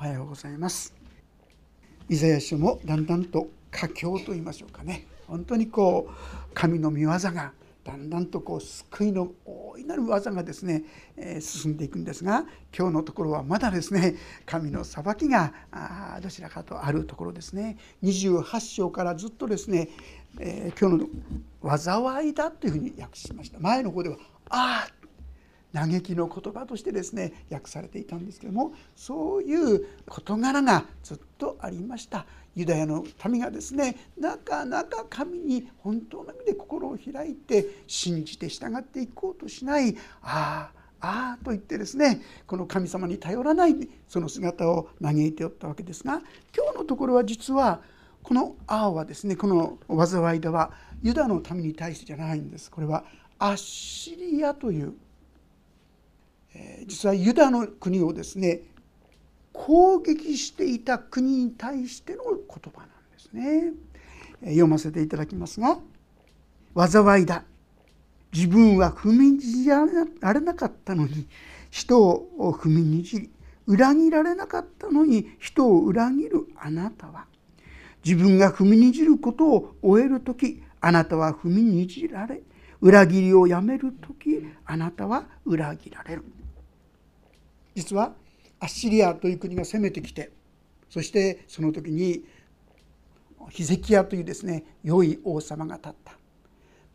おはようございます。イザヤ書もだんだんと佳境と言いましょうかね、本当に神の御業がだんだんと救いの大いなる技がですね、進んでいくんですが、今日のところはまだですね、神の裁きがどちらかとあるところですね。28章からずっとですね、今日の災いだというふうに訳しました。前の方では嘆きの言葉としてですね訳されていたんですけども、そういう事柄がずっとありました。ユダヤの民がですね、なかなか神に本当の意味で心を開いて信じて従っていこうとしない、と言ってですね、この神様に頼らないその姿を嘆いておったわけですが、今日のところは実はこのはですね、この災いではユダの民に対してじゃないんです。これはアッシリアという、実はユダの国をですね攻撃していた国に対しての言葉なんですね。読ませていただきますが、災いだ、自分は踏みにじられなかったのに人を踏みにじり、裏切られなかったのに人を裏切るあなたは、自分が踏みにじることを終えるときあなたは踏みにじられ、裏切りをやめるときあなたは裏切られる。実はアッシリアという国が攻めてきて、そしてその時にヒゼキヤというですね良い王様が立った、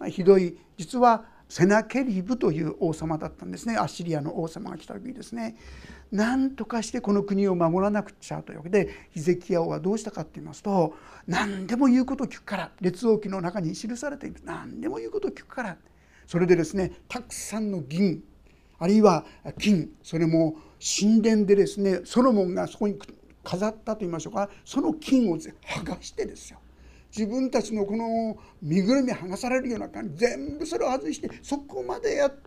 ひどい、実はセナケリブという王様だったんですね。アッシリアの王様が来た時にですね、何とかしてこの国を守らなくちゃというわけで、ヒゼキヤ王はどうしたかと言いますと、何でも言うことを聞くから、列王記の中に記されている、何でも言うことを聞くから、それでですねたくさんの銀あるいは金、それも神殿でですねソロモンがそこに飾ったと言いましょうか、その金を剥がしてですよ、自分たちのこの身ぐるみ剥がされるような感じ、全部それを外してそこまでやって、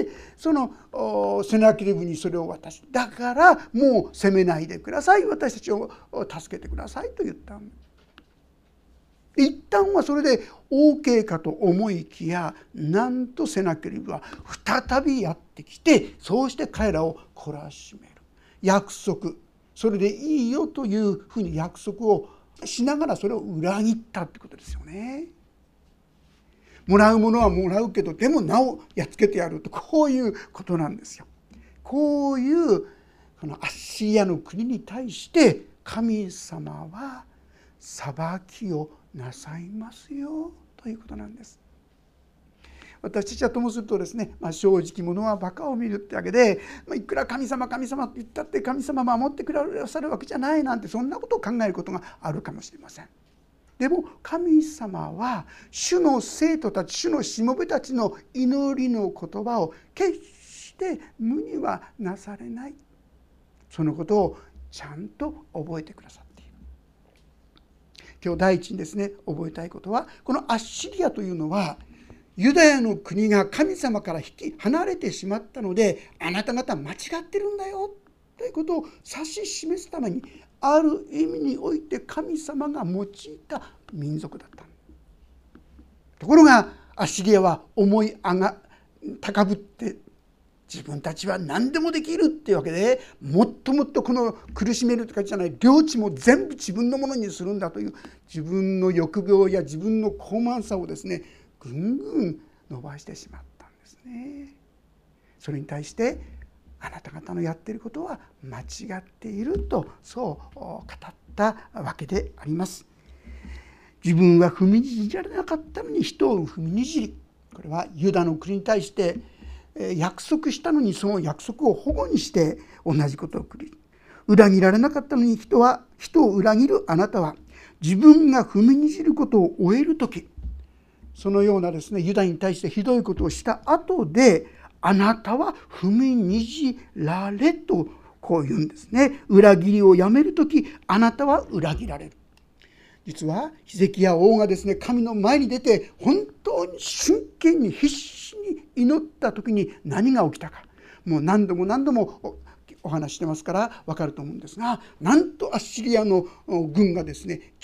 そのセナケリブにそれを渡し、だからもう責めないでください、私たちを助けてくださいと言ったんです。一旦はそれで OK かと思いきや、なんとセナケリブは再びやってきて、そうして彼らを懲らしめる約束、それでいいよというふうに約束をしながらそれを裏切ったってことですよね。もらうものはもらうけど、でもなおやっつけてやると、こういうことなんですよ。こういうこのアッシリアの国に対して神様は裁きをなさいますよということなんです。私たちはともするとですね、正直者はバカを見るってわけで、いくら神様神様って言ったって神様守ってくださるわけじゃないなんて、そんなことを考えることがあるかもしれません。でも神様は主の生徒たち、主のしもべたちの祈りの言葉を決して無にはなされない、そのことをちゃんと覚えてくださっている。今日第一にですね覚えたいことは、このアッシリアというのはユダヤの国が神様から離れてしまったので、あなた方間違ってるんだよということを指し示すために、ある意味において神様が用いた民族だった。ところがアッシリアは高ぶって自分たちは何でもできるっていうわけで、もっともっとこの苦しめるとかじゃない、領地も全部自分のものにするんだという自分の欲望や自分の高慢さをですねぐんぐん伸ばしてしまったんですね。それに対してあなた方のやっていることは間違っていると、そう語ったわけであります。自分は踏みにじられなかったのに人を踏みにじり、これはユダの国に対して約束したのにその約束を反故にして同じことを繰り、裏切られなかったのに人を裏切るあなたは、自分が踏みにじることを終えるとき、そのようなですねユダに対してひどいことをした後で、あなたは踏みにじられとこう言うんですね。裏切りをやめるときあなたは裏切られる。実はヒゼキヤ王がですね神の前に出て本当に真剣に必死に祈った時に何が起きたか、もう何度も何度もお話してますから分かると思うんですが、なんとアッシリアの軍がですね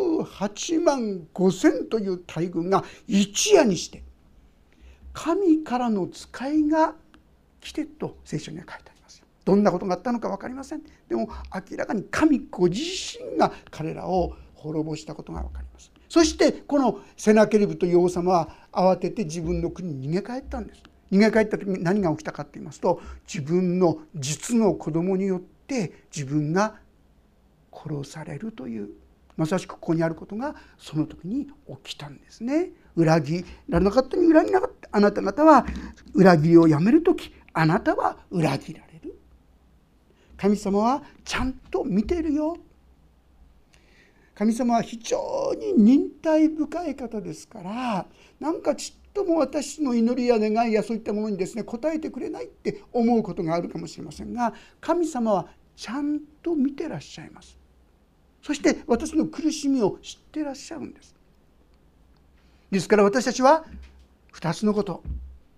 18万5,000という大軍が一夜にして神からの使いが来てと聖書には書いてありますよ。 どんなことがあったのか分かりません。でも明らかに神ご自身が彼らを滅ぼしたことが分かります。そしてこのセナケリブという王様は慌てて自分の国に逃げ帰ったんです。逃げ帰った時に何が起きたかと言いますと、自分の実の子供によって自分が殺されるという、まさしくここにあることがその時に起きたんですね。裏切らなかったに裏切らなかった。あなた方は裏切りをやめる時、あなたは裏切られる。神様はちゃんと見ているよ。神様は非常に忍耐深い方ですから、なんかちっとも私の祈りや願いやそういったものにですね応えてくれないって思うことがあるかもしれませんが、神様はちゃんと見てらっしゃいます。そして私の苦しみを知ってらっしゃるんです。ですから私たちは2つのこと、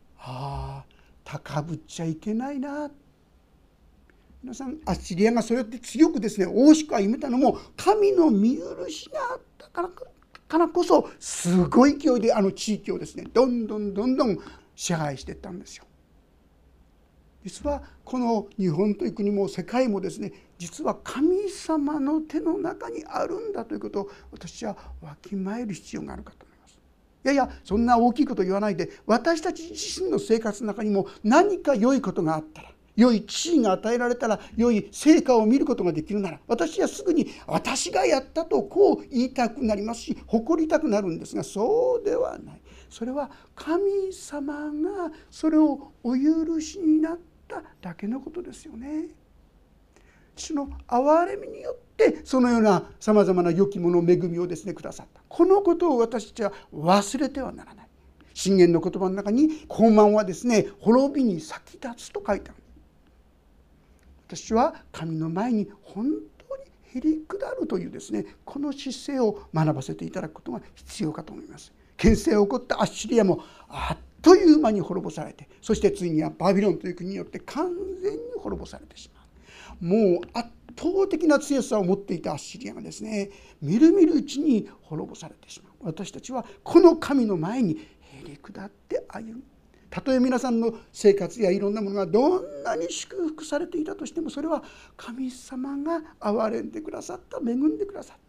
高ぶっちゃいけないな。皆さん、アッシリアがそうやって強くですね大しく歩めたのも神の見許しがあったからこそ、すごい勢いであの地域をですねどんどん支配していったんですよ。実はこの日本という国も世界もですね、実は神様の手の中にあるんだということを私はわきまえる必要があるかと思います。いやそんな大きいこと言わないで、私たち自身の生活の中にも何か良いことがあったら、良い地位が与えられたら、良い成果を見ることができるなら、私はすぐに私がやったとこう言いたくなりますし、誇りたくなるんですが、そうではない。それは神様がそれをお許しになっただけのことですよね。主の憐れみによってそのようなさまざまな良きもの、恵みをですねくださった。このことを私たちは忘れてはならない。箴言の言葉の中に傲慢はですね滅びに先立つと書いてある。私は神の前に本当にへりくだるというですねこの姿勢を学ばせていただくことが必要かと思います。権勢を起こったアッシリアもあっという間に滅ぼされて、そしてついにはバビロンという国によって完全に滅ぼされてしまう。もう圧倒的な強さを持っていたアッシリアがですねみるみるうちに滅ぼされてしまう。私たちはこの神の前にへりくだって歩む。たとえ皆さんの生活やいろんなものがどんなに祝福されていたとしても、それは神様が憐れんでくださった、恵んでくださった。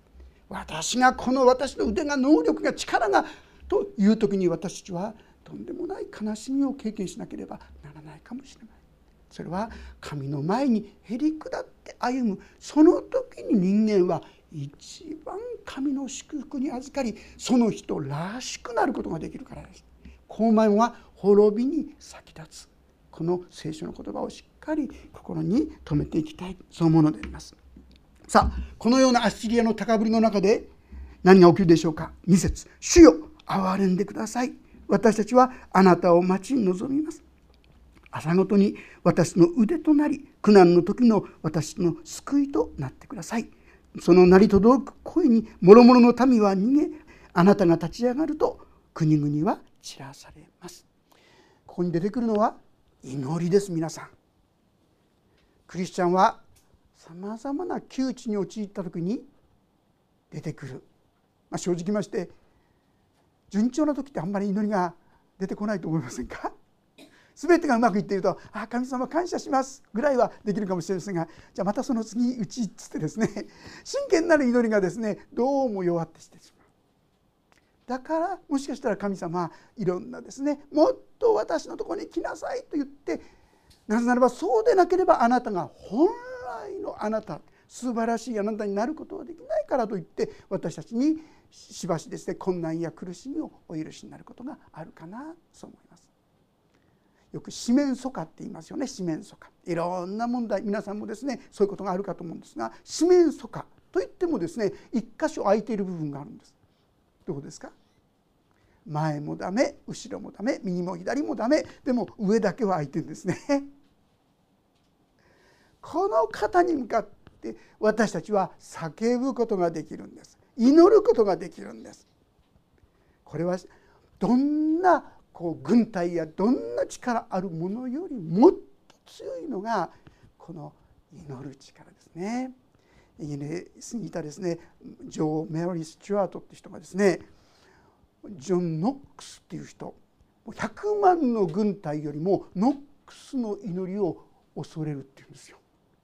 私の腕が、能力が、力がという時に私たちはとんでもない悲しみを経験しなければならないかもしれない。それは神の前にへりくだって歩む、その時に人間は一番神の祝福に預かり、その人らしくなることができるからです。傲慢は滅びに先立つ。この聖書の言葉をしっかり心に留めていきたい、そういうものであります。さあ、このようなアッシリアの高ぶりの中で何が起きるでしょうか。2節、主よ憐れんでください。私たちはあなたを待ち望みます。朝ごとに私の腕となり、苦難の時の私の救いとなってください。その鳴り届く声に諸々の民は逃げ、あなたが立ち上がると国々は散らされます。ここに出てくるのは祈りです。皆さん、クリスチャンはさまざまな窮地に陥った時に出てくる、正直まして順調な時ってあんまり祈りが出てこないと思いませんか。全てがうまくいっていると神様感謝しますぐらいはできるかもしれませんが、じゃあまたその次うちっつってですね真剣なる祈りがですねどうも弱ってしてしまう。だからもしかしたら神様はいろんなですね、もっと私のところに来なさいと言って、なぜならばそうでなければあなたが本来のあなた、素晴らしいあなたになることはできないからといって、私たちにしばしですね困難や苦しみをお許しになることがあるかな、そう思います。よく四面楚歌って言いますよね。四面楚歌、いろんな問題、皆さんもですねそういうことがあるかと思うんですが、四面楚歌といってもですね一箇所空いている部分があるんです。どうですか。前もダメ、後ろもダメ、右も左もダメ、でも上だけは空いてるんですね。この方に向かって私たちは叫ぶことができるんです。祈ることができるんです。これはどんな軍隊やどんな力あるものよりもっと強いのがこの祈る力ですね。イギリスにいたですねジョー・メリー・スチュワートって人がですね、ジョン・ノックスっていう人、100万の軍隊よりもノックスの祈りを恐れるっていうんですよ。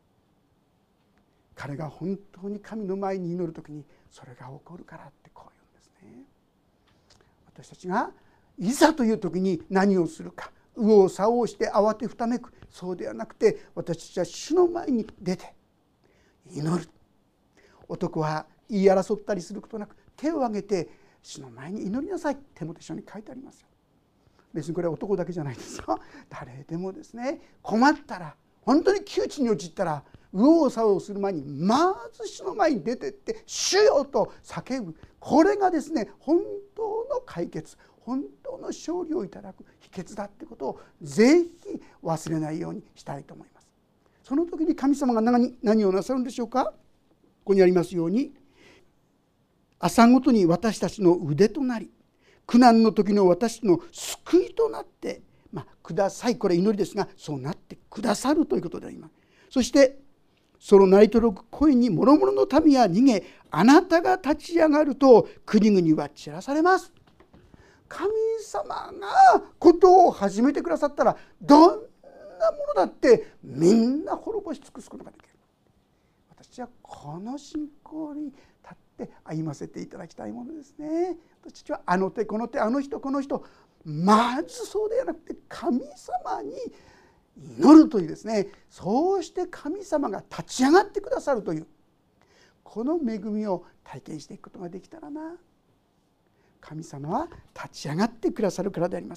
彼が本当に神の前に祈るときにそれが起こるからってこう言うんですね。私たちがいざという時に何をするか、右往左往して慌てふためく、そうではなくて、私たちは主の前に出て祈る。男は言い争ったりすることなく手を挙げて主の前に祈りなさい。テモテ書に書いてありますよ。別にこれは男だけじゃないですよ。誰でもですね、困ったら、本当に窮地に陥ったら、右往左往する前にまず主の前に出てって主よと叫ぶ。これがですね、本当の解決、本当の勝利をいただく秘訣だってことをぜひ忘れないようにしたいと思います。その時に神様が何をなさるんでしょうか。ここにありますように、朝ごとに私たちの腕となり、苦難の時の私の救いとなって、ください、これ祈りですが、そうなってくださるということであります。そしてその鳴り届く声に諸々の民は逃げ、あなたが立ち上がると国々は散らされます。神様がことを始めてくださったら、どんなものだってみんな滅ぼし尽くすことができる。私はこの信仰に立って歩ませていただきたいものですね。私たちはあの手この手、あの人この人、まずそうではなくて神様に祈るというですね、そうして神様が立ち上がってくださるという、この恵みを体験していくことができたらな。神様は立ち上がってくださるからであります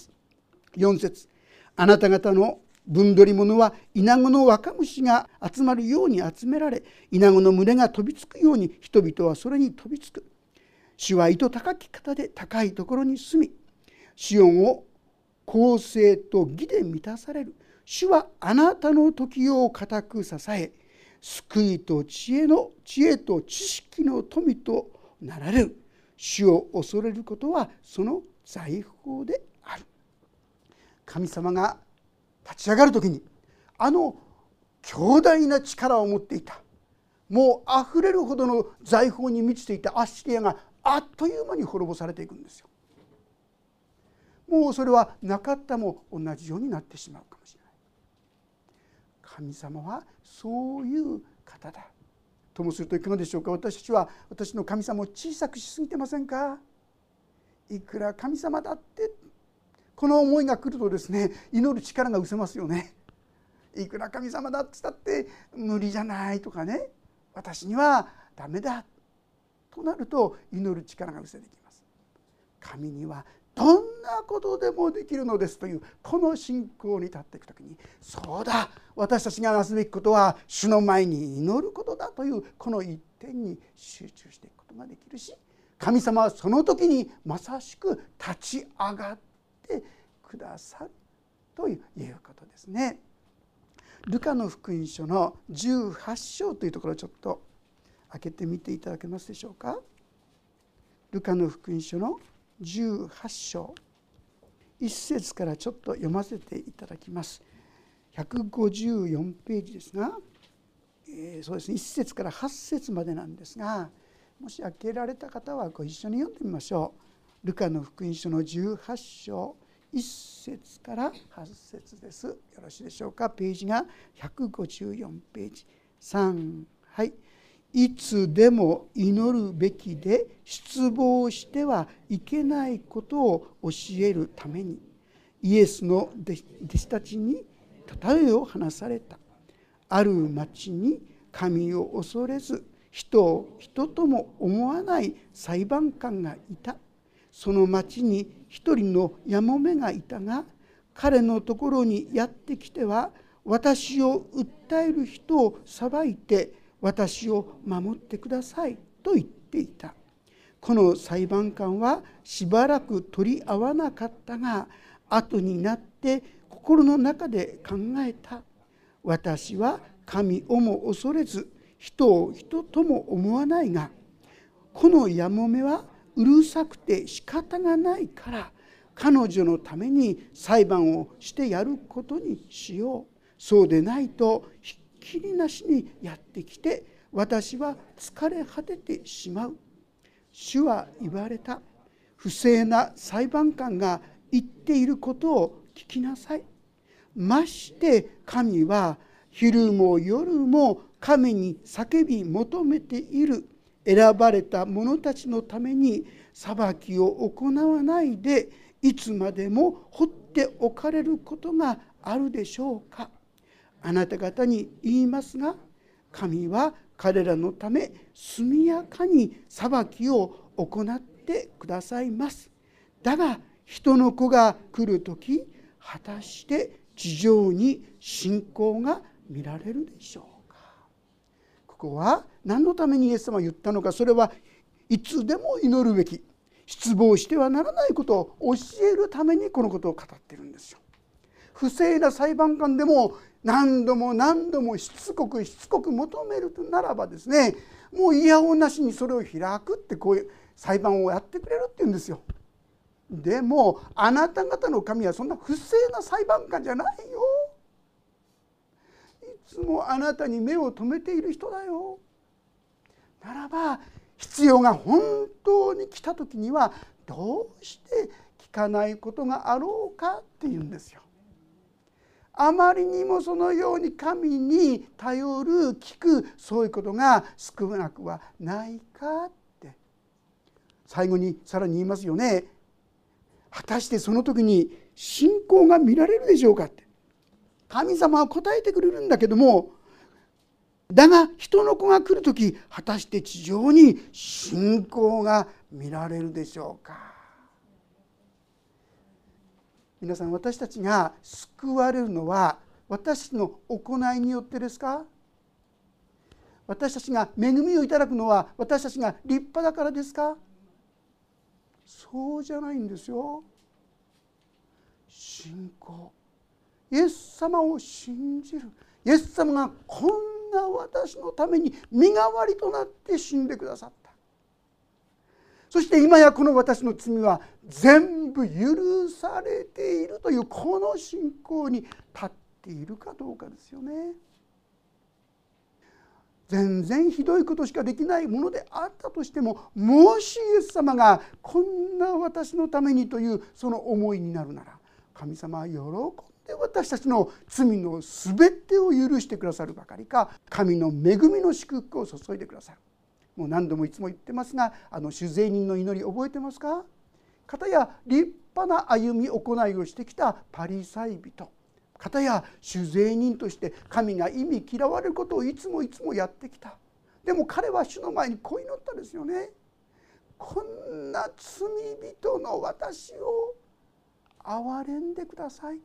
。4節、あなた方の分取り物はイナゴの若虫が集まるように集められ、イナゴの群れが飛びつくように人々はそれに飛びつく。主は糸高き方で高いところに住み、シオンを公正と義で満たされる。主はあなたの時を固く支え、救いと知恵と知識の富となられる。主を恐れることはその財宝である。神様が立ち上がる時に、あの強大な力を持っていた、もうあふれるほどの財宝に満ちていたアッシリアがあっという間に滅ぼされていくんですよ。もうそれはなかったも同じようになってしまうかもしれない。神様はそういう方だともするといかがでしょうか。私たちは私の神様を小さくしすぎてませんか。いくら神様だってこの思いが来るとですね、祈る力が失せますよね。いくら神様だって言ったって無理じゃないとかね、私にはダメだとなると祈る力が失せてきます。神にはどんなことでもできるのですというこの信仰に立っていくときに、そうだ、私たちがなすべきことは主の前に祈ることだというこの一点に集中していくことができるし、神様はその時にまさしく立ち上がってくださるということですね。ルカの福音書の18章というところをちょっと開けてみていただけますでしょうか。ルカの福音書の18章1節からちょっと読ませていただきます。154ページですが、そうですね、1節から8節までなんですが、もし開けられた方はご一緒に読んでみましょう。ルカの福音書の18章1節から8節です。よろしいでしょうか。ページが154ページ。3、はい。いつでも祈るべきで失望してはいけないことを教えるために、イエスの弟子たちに例えを話された。ある町に神を恐れず人を人とも思わない裁判官がいた。その町に一人のやもめがいたが、彼のところにやってきては私を訴える人を裁いて私を守ってくださいと言っていた。この裁判官はしばらく取り合わなかったが、後になって心の中で考えた。私は神をも恐れず人を人とも思わないが、このやもめはうるさくて仕方がないから、彼女のために裁判をしてやることにしよう。そうでないとひっきりなしにやってきて私は疲れ果ててしまう。主は言われた。不正な裁判官が言っていることを聞きなさい。まして神は昼も夜も神に叫び求めている選ばれた者たちのために裁きを行わないで、いつまでも放っておかれることがあるでしょうか。あなた方に言いますが、神は彼らのため速やかに裁きを行ってくださいます。だが人の子が来るとき、果たして地上に信仰が見られるでしょうか。ここは何のためにイエス様は言ったのか。それはいつでも祈るべき、失望してはならないことを教えるためにこのことを語っているんですよ。不正な裁判官でも何度も何度もしつこく求めるならばですね、もういやおなしにそれを開くって、こういう裁判をやってくれるって言うんですよ。でもあなた方の神はそんな不正な裁判官じゃないよ。いつもあなたに目を留めている人だよ。ならば必要が本当に来た時にはどうして聞かないことがあろうかっていうんですよ。あまりにもそのように神に頼る、聞く、そういうことが少なくはないかって。最後にさらに言いますよね。果たしてその時に信仰が見られるでしょうかって。神様は答えてくれるんだけども、だが人の子が来る時、果たして地上に信仰が見られるでしょうか。皆さん、私たちが救われるのは私の行いによってですか？私たちが恵みをいただくのは私たちが立派だからですか？そうじゃないんですよ。信仰、イエス様を信じる。イエス様がこんな私のために身代わりとなって死んでくださった。そして今やこの私の罪は全部許されているというこの信仰に立っているかどうかですよね。全然ひどいことしかできないものであったとしても、もしイエス様がこんな私のためにというその思いになるなら、神様は喜んで私たちの罪のすべてを許してくださるばかりか、神の恵みの祝福を注いでくださる。もう何度もいつも言ってますが、主税人の祈り覚えてますか？片や立派な歩み行いをしてきたパリサイ人、片や主税人として神が忌み嫌われることをいつもやってきた。でも彼は主の前にこう祈ったですよね。こんな罪人の私を憐れんでください。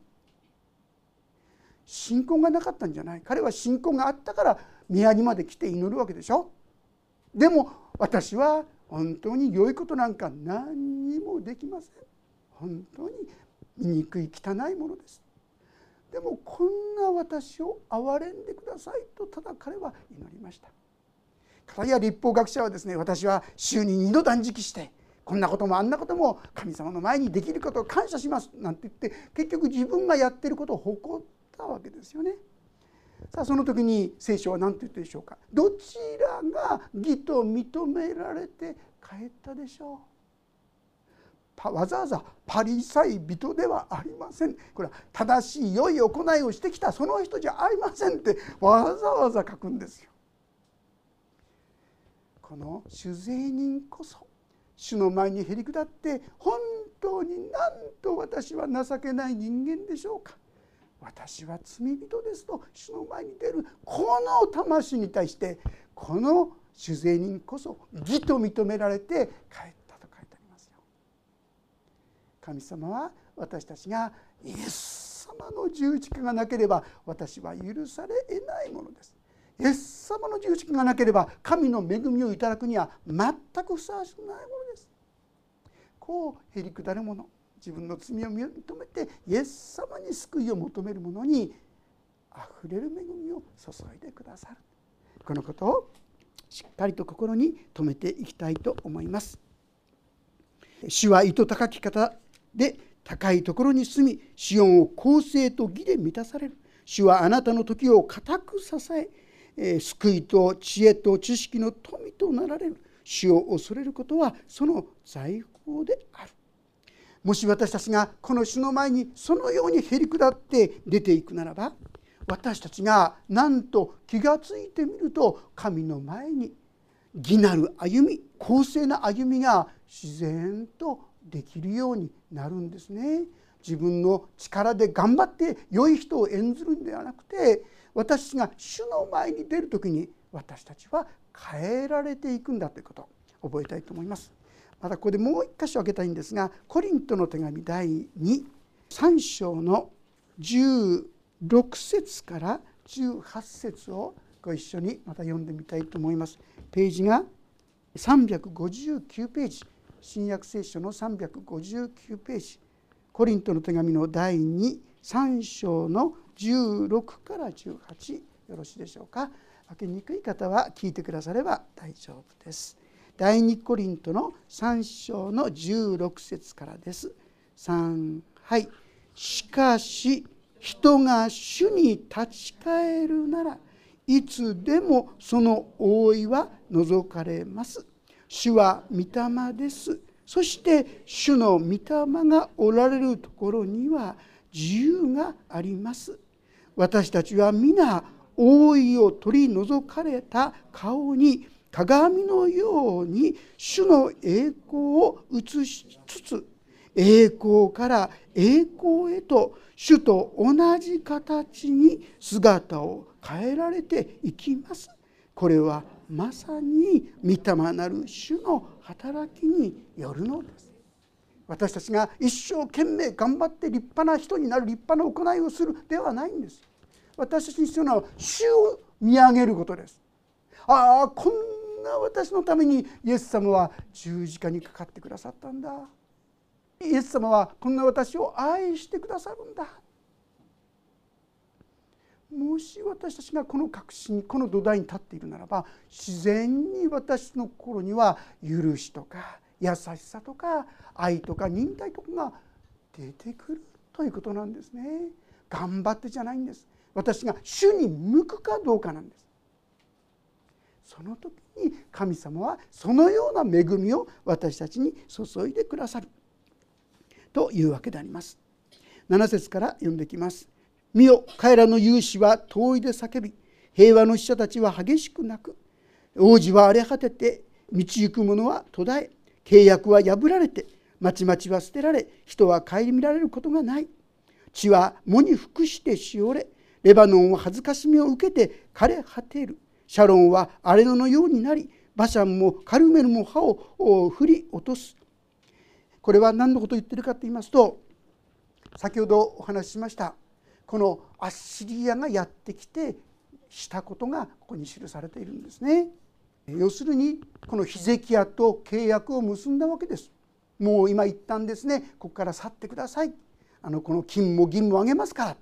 信仰がなかったんじゃない。彼は信仰があったから宮にまで来て祈るわけでしょ。でも私は本当に良いことなんか何にもできません。本当に醜い汚いものです。でもこんな私を憐れんでくださいとただ彼は祈りました。片や律法学者はですね、私は週に2度断食してこんなこともあんなことも神様の前にできることを感謝しますなんて言って、結局自分がやっていることを誇ったわけですよね。さあその時に聖書は何て言ってるでしょうか。どちらが義と認められて帰ったでしょう。わざわざパリサイ人ではありません。これは正しい良い行いをしてきたその人じゃありませんってわざわざ書くんですよ。この主税人こそ主の前にへり下って、本当になんと私は情けない人間でしょうか、私は罪人ですと主の前に出るこの魂に対して、この主税人こそ義と認められて帰ったと書いてありますよ。神様は私たちがイエス様の十字架がなければ私は許され得ないものです。イエス様の十字架がなければ神の恵みをいただくには全くふさわしくないものです。こうへり下る者、自分の罪を認めてイエス様に救いを求める者にあふれる恵みを注いでくださる。このことをしっかりと心に留めていきたいと思います。主は糸高き方で高いところに住み、シオンを公正と義で満たされる。主はあなたの時を固く支え、救いと知恵と知識の富となられる。主を恐れることはその財宝である。もし私たちがこの主の前にそのようにへり下って出ていくならば、 私たちがなんと気がついてみると、神の前に義なる歩み、公正な歩みが自然とできるようになるんですね。自分の力で頑張って良い人を演ずるんではなくて、私が主の前に出るときに私たちは変えられていくんだということを覚えたいと思います。またここでもう一箇所挙げたいんですが、コリントの手紙第3章の16節から18節をご一緒にまた読んでみたいと思います。ページが359ページ、新約聖書の359ページ、コリントの手紙の第3章の16から18、よろしいでしょうか。開けにくい方は聞いてくだされば大丈夫です。第2コリントの3章の16節からです。3、はい。しかし人が主に立ち返るなら、いつでもその覆いは除かれます。主は御霊です。そして主の御霊がおられるところには自由があります。私たちは皆覆いを取り除かれた顔に鏡のように主の栄光を映しつつ、栄光から栄光へと主と同じ形に姿を変えられていきます。これはまさに御霊なる主の働きによるのです。私たちが一生懸命頑張って立派な人になる、立派な行いをするではないんです。私たちに必要なのは主を見上げることです。ああ、こんな私のためにイエス様は十字架にかかってくださったんだ。イエス様はこんな私を愛してくださるんだ。もし私たちがこの確信、この土台に立っているならば、自然に私の心には許しとか優しさとか愛とか忍耐とかが出てくるということなんですね。頑張ってじゃないんです。私が主に向くかどうかなんです。その時に神様はそのような恵みを私たちに注いでくださるというわけであります。7節から読んでいきます。見よ、彼らの勇士は遠いで叫び、平和の使者たちは激しく泣く。王子は荒れ果てて、道行く者は途絶え、契約は破られて、町々は捨てられ、人は顧みられることがない。地は藻に服してしおれ、レバノンは恥ずかしみを受けて枯れ果てる。シャロンは荒れ野のようになり、バシャンもカルメルも葉を振り落とす。これは何のことを言っているかと言いますと、先ほどお話ししましたこのアッシリアがやってきてしたことがここに記されているんですね。要するにこのヒゼキヤと契約を結んだわけです。もう今一旦ですね、ここから去ってください。この金も銀もあげますから。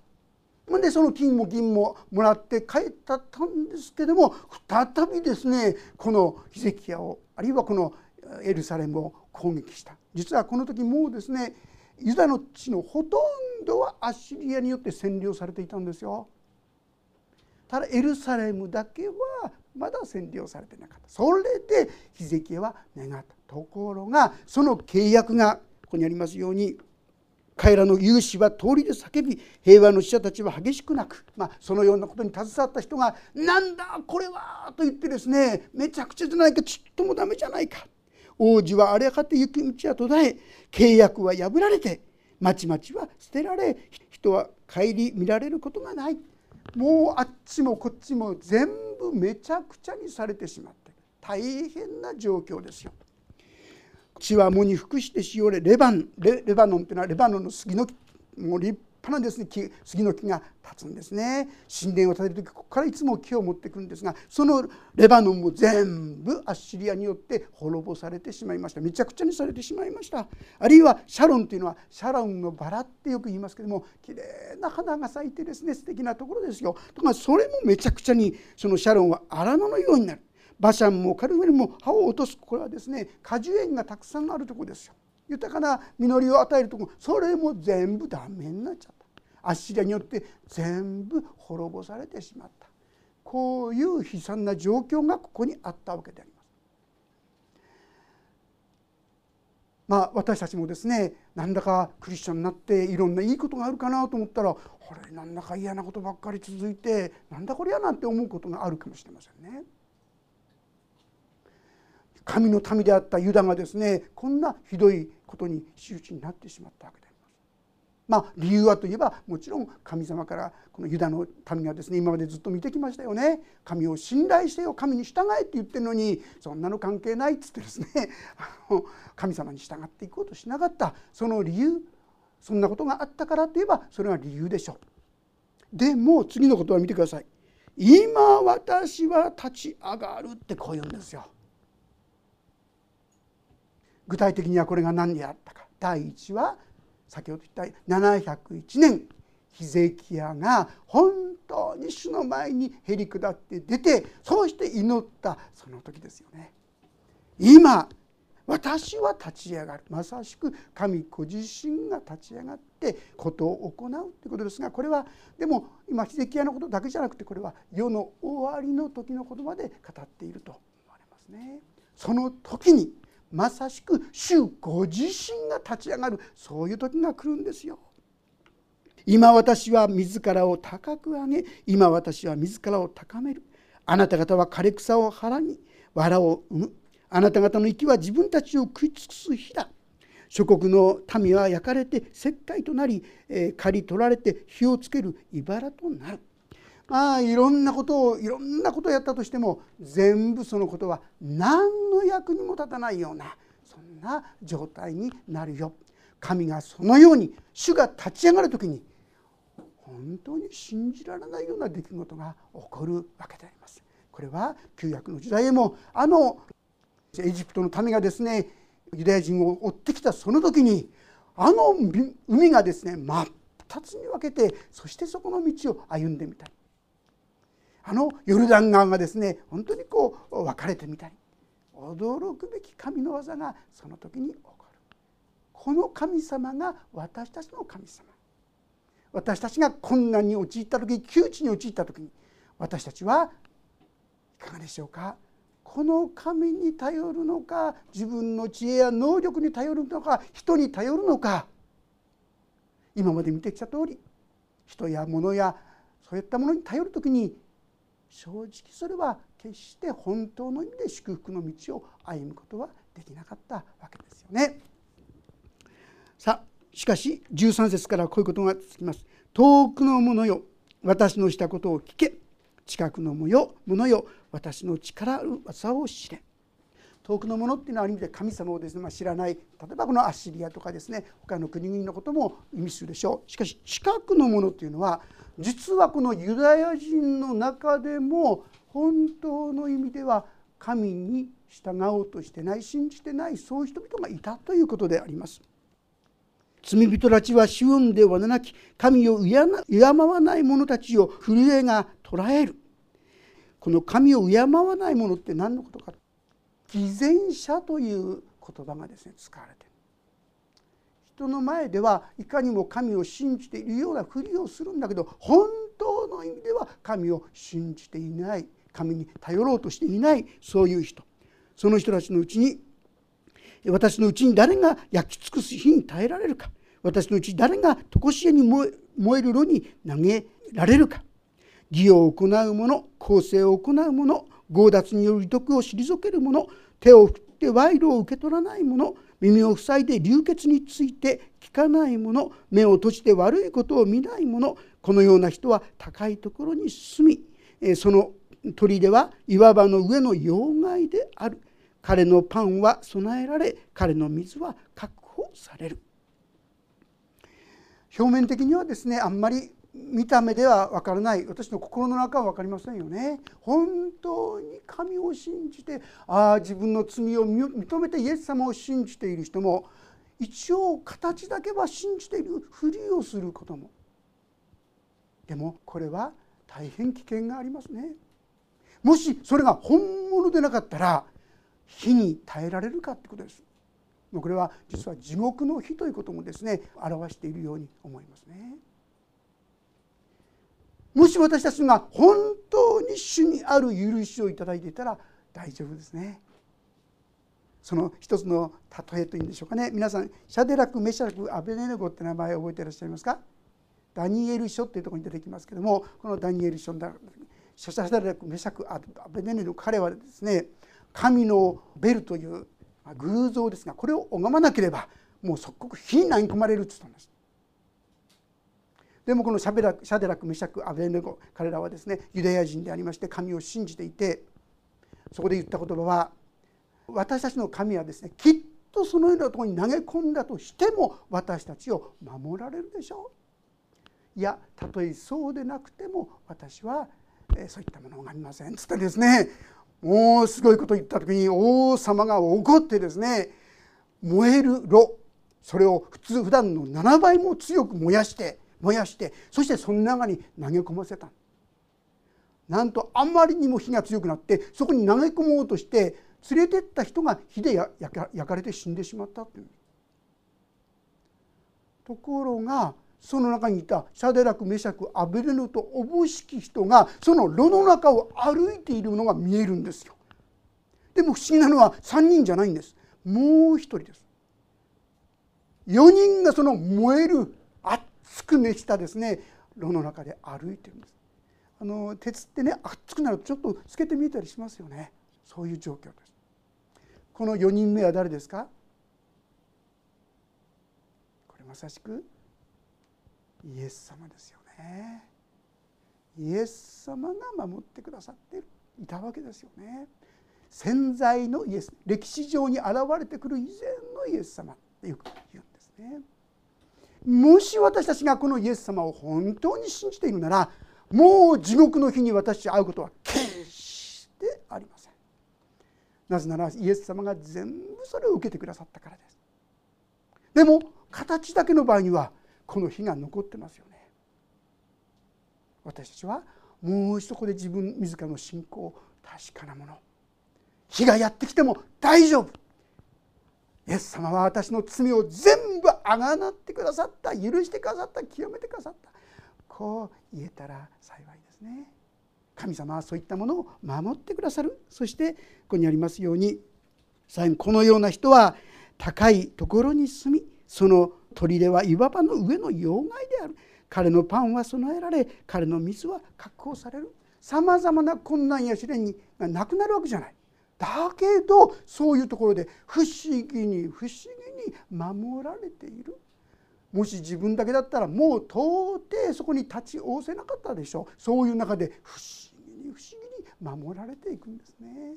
でその金も銀ももらって帰ったんですけども、再びですねこのヒゼキヤをあるいはこのエルサレムを攻撃した。実はこの時もうですねユダの地のほとんどはアッシリアによって占領されていたんですよ。ただエルサレムだけはまだ占領されてなかった。それでヒゼキヤは願った。ところがその契約がここにありますように、彼らの勇士は通りで叫び、平和の使者たちは激しく泣く。そのようなことに携わった人がなんだこれはと言ってですね、めちゃくちゃじゃないか、ちっともダメじゃないか、王子は荒れ果て行く道は途絶え、契約は破られて、町々は捨てられ、人は顧みられることがない。もうあっちもこっちも全部めちゃくちゃにされてしまって、大変な状況ですよ。地は藻に服してしおれ、レバノンというのはレバノンの杉の木、もう立派なですね杉の木が立つんですね。神殿を建てる時ここからいつも木を持ってくるんですが、そのレバノンも全部アッシリアによって滅ぼされてしまいました。めちゃくちゃにされてしまいました。あるいはシャロンというのはシャロンのバラってよく言いますけども、きれいな花が咲いてですね素敵なところですよ。だからそれもめちゃくちゃに、そのシャロンは荒野のようになる。バシャンもカルメルも葉を落とす。これはですね果樹園がたくさんあるところですよ。豊かな実りを与えるところ、それも全部ダメになっちゃった。アッシリアによって全部滅ぼされてしまった。こういう悲惨な状況がここにあったわけであります。 私たちもですね、なんだかクリスチャンになっていろんないいことがあるかなと思ったら、なんだか嫌なことばっかり続いて、なんだこりゃなんて思うことがあるかもしれませんね。神の民であったユダがですね、こんなひどいことに仕打ちになってしまったわけであります。理由はといえば、もちろん神様からこのユダの民がですね、今までずっと見てきましたよね。神を信頼してよ、神に従えって言ってるのに、そんなの関係ないっつってですね、神様に従っていこうとしなかった。その理由、そんなことがあったからといえばそれは理由でしょう。でも次の言葉を見てください。今私は立ち上がるってこう言うんですよ。具体的にはこれが何であったか。第一は先ほど言った701年ヒゼキヤが本当に主の前にへり下って出て、そうして祈ったその時ですよね。今私は立ち上がる。まさしく神ご自身が立ち上がってことを行うということですが、これはでも今ヒゼキヤのことだけじゃなくて、これは世の終わりの時のことまで語っていると思われますね。その時にまさしく主ご自身が立ち上がる、そういう時が来るんですよ。今私は自らを高く上げ、今私は自らを高める。あなた方は枯れ草を腹に藁を生む。あなた方の息は自分たちを食い尽くす火だ。諸国の民は焼かれて石灰となり、刈り取られて火をつける茨となる。いろんなことをやったとしても、全部そのことは何の役にも立たないような、そんな状態になるよ。神がそのように主が立ち上がるときに、本当に信じられないような出来事が起こるわけであります。これは旧約の時代へもエジプトの民がですね、ユダヤ人を追ってきたその時に、海がですね真っ二つに分けて、そしてそこの道を歩んでみたり、ヨルダン川がですね本当に分かれてみたり、驚くべき神の技がその時に起こる。この神様が私たちの神様。私たちが困難に陥った時、窮地に陥った時に、私たちはいかがでしょうか。この神に頼るのか、自分の知恵や能力に頼るのか、人に頼るのか。今まで見てきた通り、人や物やそういったものに頼る時に、正直それは決して本当の意味で祝福の道を歩むことはできなかったわけですよね。さあ、しかし13節からこういうことが続きます。遠くの者よ、私のしたことを聞け。近くの者よ、私の力ある技を知れ。遠くの者っていうのはある意味で神様をですね、知らない、例えばこのアッシリアとかですね、他の国々のことも意味するでしょう。しかし近くの者っていうのは、実はこのユダヤ人の中でも本当の意味では神に従おうとしてない、信じてない、そういう人々がいたということであります。罪人たちは死運んではなき、神を敬わない者たちを震えが捉える。この神を敬わない者って何のことか。偽善者という言葉がですね使われている。人の前ではいかにも神を信じているようなふりをするんだけど、本当の意味では神を信じていない、神に頼ろうとしていない、そういう人。その人たちのうちに、私のうちに誰が焼き尽くす火に耐えられるか。私のうち誰が常しえに燃える炉に投げられるか。義を行う者、公正を行う者、強奪による利得を退ける者、手を振って賄賂を受け取らない者、耳を塞いで流血について聞かない者、目を閉じて悪いことを見ない者、このような人は高いところに住み、その砦は岩場の上の要害である。彼のパンは備えられ、彼の水は確保される。表面的にはですね、あんまり見た目では分からない、私の心の中は分かりませんよね。本当に神を信じて、自分の罪を認めてイエス様を信じている人も、一応形だけは信じているふりをすることも。でもこれは大変危険がありますね。もしそれが本物でなかったら、火に耐えられるかってことです。これは実は地獄の火ということもですね表しているように思いますね。もし私たちが本当に主にある許しをいただいていたら大丈夫ですね。 その一つの例えというんでしょうかね。皆さんシャデラクメシャクアベデネゴって名前を覚えていらっしゃいますか？ダニエル書っていうところに出てきますけども、このダニエル書のシャデラクメシャクアベデネゴ、彼はですね、神のベルという偶像ですが、これを拝まなければもう即刻火に投げ込まれると言ったんです。でもこのシャデラクメシャクアベデネゴ、彼らはですねユダヤ人でありまして、神を信じていて、そこで言った言葉は、私たちの神はですね、きっとそのようなところに投げ込んだとしても私たちを守られるでしょう。いや、たとえそうでなくても私はそういったものがありませんつってですね、もうすごいことを言った時に王様が怒ってですね、燃える炉、それを普段の7倍も強く燃やして、そしてその中に投げ込ませた。なんとあまりにも火が強くなって、そこに投げ込もうとして連れてった人が火で焼かれて死んでしまったっていう。ところがその中にいたシャデラクメシャクアベデネゴとおぼしき人がその炉の中を歩いているのが見えるんですよ。でも不思議なのは3人じゃないんです。もう一人です。4人がその燃える熱く熱したですね炉の中で歩いてるんです。鉄ってね、熱くなるとちょっと透けて見えたりしますよね。そういう状況です。この4人目は誰ですか？これまさしくイエス様ですよね。イエス様が守ってくださっていたわけですよね。潜在のイエス、歴史上に現れてくる以前のイエス様ってよく言うんですね。もし私たちがこのイエス様を本当に信じているなら、もう地獄の日に私たち会うことは決してありません。なぜならイエス様が全部それを受けてくださったからです。でも形だけの場合にはこの火が残ってますよね。私たちはもう一度ここで自らの信仰、確かなもの、火がやってきても大丈夫、イエス様は私の罪を全部あがなってくださった、許してくださった、清めてくださった、こう言えたら幸いですね。神様はそういったものを守ってくださる。そしてここにありますように、最後このような人は高いところに住み、その砦は岩場の上の要害である。彼のパンは備えられ、彼の水は確保される。さまざまな困難や試練がなくなるわけじゃない。だけどそういうところで不思議に守られている。もし自分だけだったらもう到底そこに立ち会せなかったでしょう。そういう中で不思議に守られていくんですね。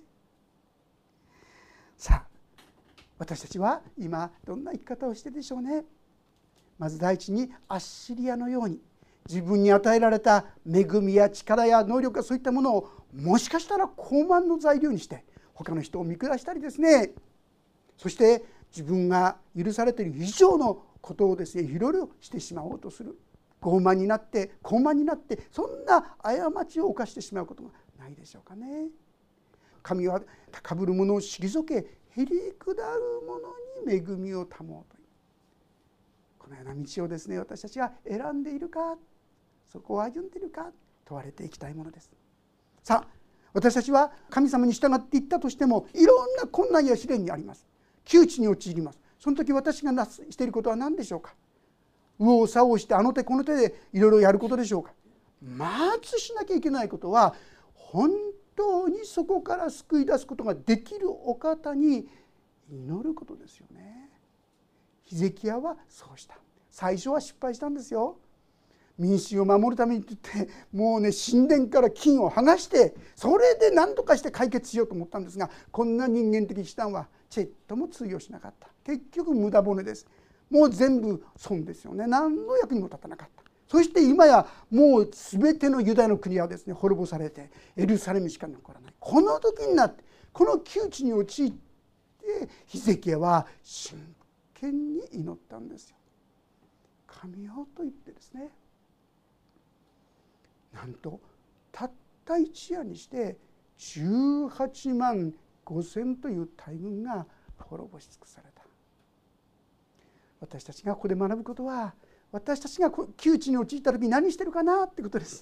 さあ、私たちは今どんな生き方をしているでしょうね。まず第一にアッシリアのように自分に与えられた恵みや力や能力やそういったものをもしかしたら傲慢の材料にして他の人を見下したりですね、そして自分が許されている以上のことをですねいろいろしてしまおうとする。傲慢になってそんな過ちを犯してしまうことがないでしょうかね。神は高ぶる者を退け、へりくだる者に恵みを保うという、このような道をですね私たちが選んでいるか、そこを歩んでいるか問われていきたいものです。さあ、私たちは神様に従っていったとしてもいろんな困難や試練にあります。窮地に陥ります。その時私がしていることは何でしょうか。右往左往してあの手この手でいろいろやることでしょうか。まずしなきゃいけないことは、本当にそこから救い出すことができるお方に祈ることですよね。ヒゼキヤはそうした。最初は失敗したんですよ。民衆を守るためにって言ってもうね、神殿から金を剥がしてそれで何とかして解決しようと思ったんですが、こんな人間的手段はちっとも通用しなかった。結局無駄骨です。もう全部損ですよね。何の役にも立たなかった。そして今やもう全てのユダヤの国はですね滅ぼされてエルサレムしか残らない。この時になってこの窮地に陥ってヒゼキヤは真剣に祈ったんですよ。神よと言ってですね、なんとたった一夜にして18万5,000という大軍が滅ぼし尽くされた。私たちがここで学ぶことは、私たちが窮地に陥った時に何してるかなってことです。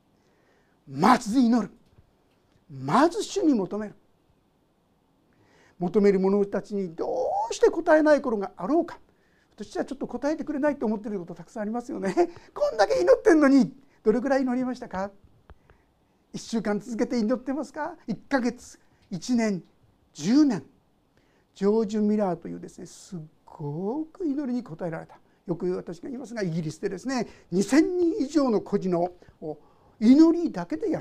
まず祈る、まず主に求める。 求める者たちにどうして答えない頃があろうか。私はちょっと答えてくれないと思っていることたくさんありますよね。こんだけ祈ってんのにどれくらい祈りましたか。1週間続けて祈ってますか。1ヶ月、1年、10年。ジョージ・ミラーというですね、すごく祈りに応えられた。よく私が言いますが、イギリスでですね、2000人以上の孤児の祈りだけで養った。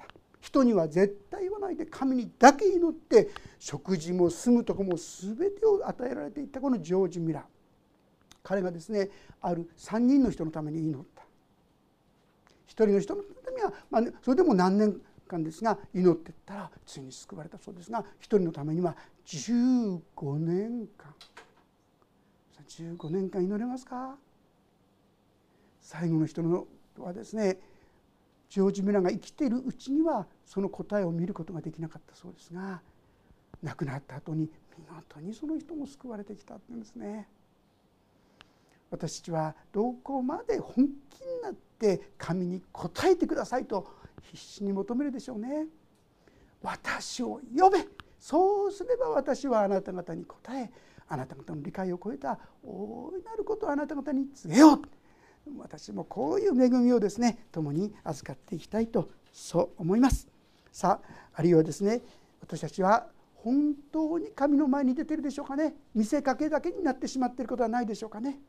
人には絶対言わないで神にだけ祈って、食事も住むとこも全てを与えられていったこのジョージ・ミラー。彼がですね、ある3人の人のために祈った。1人の人のためには、それでも何年間ですが祈っていったらついに救われたそうですが、1人のためには15年間。15年間祈れますか。最後の人のはですね、ジョージ・ミラーが生きているうちにはその答えを見ることができなかったそうですが、亡くなった後に見事にその人も救われてきたっていうんですね。私たちはどこまで本気になって神に答えてくださいと必死に求めるでしょうね。私を呼べ、そうすれば私はあなた方に答え、あなた方の理解を超えた大いなることをあなた方に告げよう。私もこういう恵みをですね、共に預かっていきたいとそう思います。さあ、あるいはですね、私たちは本当に神の前に出ているでしょうかね。見せかけだけになってしまっていることはないでしょうかね。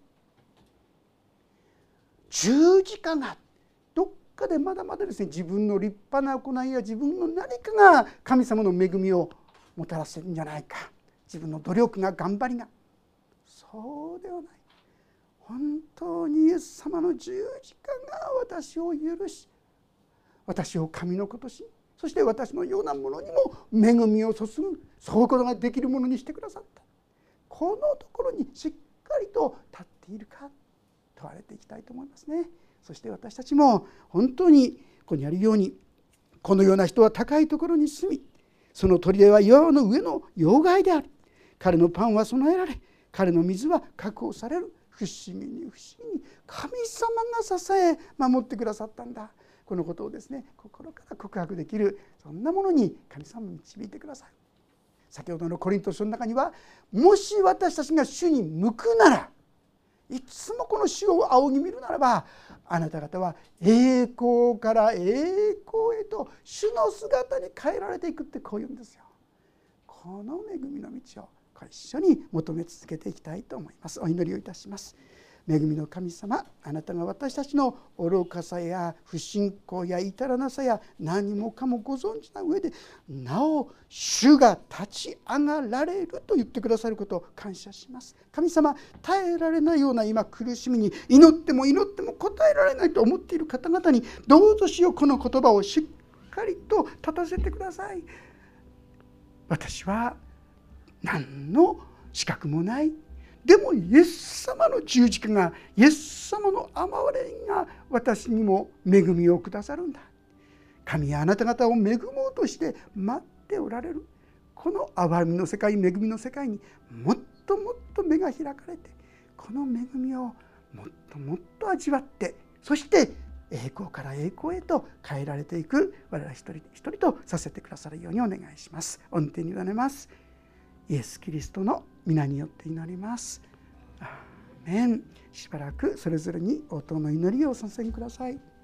十字架がどっかでまだまだですね、自分の立派な行いや自分の何かが神様の恵みをもたらせるんじゃないか、自分の努力が頑張りが、そうではない。本当にイエス様の十字架が私を許し、私を神の子とし、そして私のようなものにも恵みを注ぐ、そういうことができるものにしてくださった。このところにしっかりと立っているか問われていきたいと思いますね。そして私たちも本当にここにあるように、このような人は高いところに住み、その砦は岩の上の要害である。彼のパンは備えられ、彼の水は確保される。不思議に不思議に神様が支え守ってくださったんだ。このことをですね、心から告白できる、そんなものに神様導いてください。先ほどのコリント書の中には、もし私たちが主に向くなら、いつもこの主を仰ぎ見るならば、あなた方は栄光から栄光へと主の姿に変えられていくって、こういうんですよ。この恵みの道を一緒に求め続けていきたいと思います。お祈りをいたします。恵みの神様、あなたが私たちの愚かさや不信仰や至らなさや何もかもご存知な上で、なお主が立ち上がられると言ってくださることを感謝します。神様、耐えられないような今苦しみに、祈っても祈っても答えられないと思っている方々に、どうぞしよう、この言葉をしっかりと立たせてください。私は何の資格もない。でもイエス様の十字架が、イエス様の憐れみが私にも恵みをくださるんだ。神はあなた方を恵もうとして待っておられる。この憐れみの世界、恵みの世界にもっともっと目が開かれて、この恵みをもっともっと味わって、そして栄光から栄光へと変えられていく我々一人一人とさせてくださるようにお願いします。御手に委ねます。イエス・キリストの皆によって祈ります。アーメン。しばらくそれぞれに応答の祈りをお捧げください。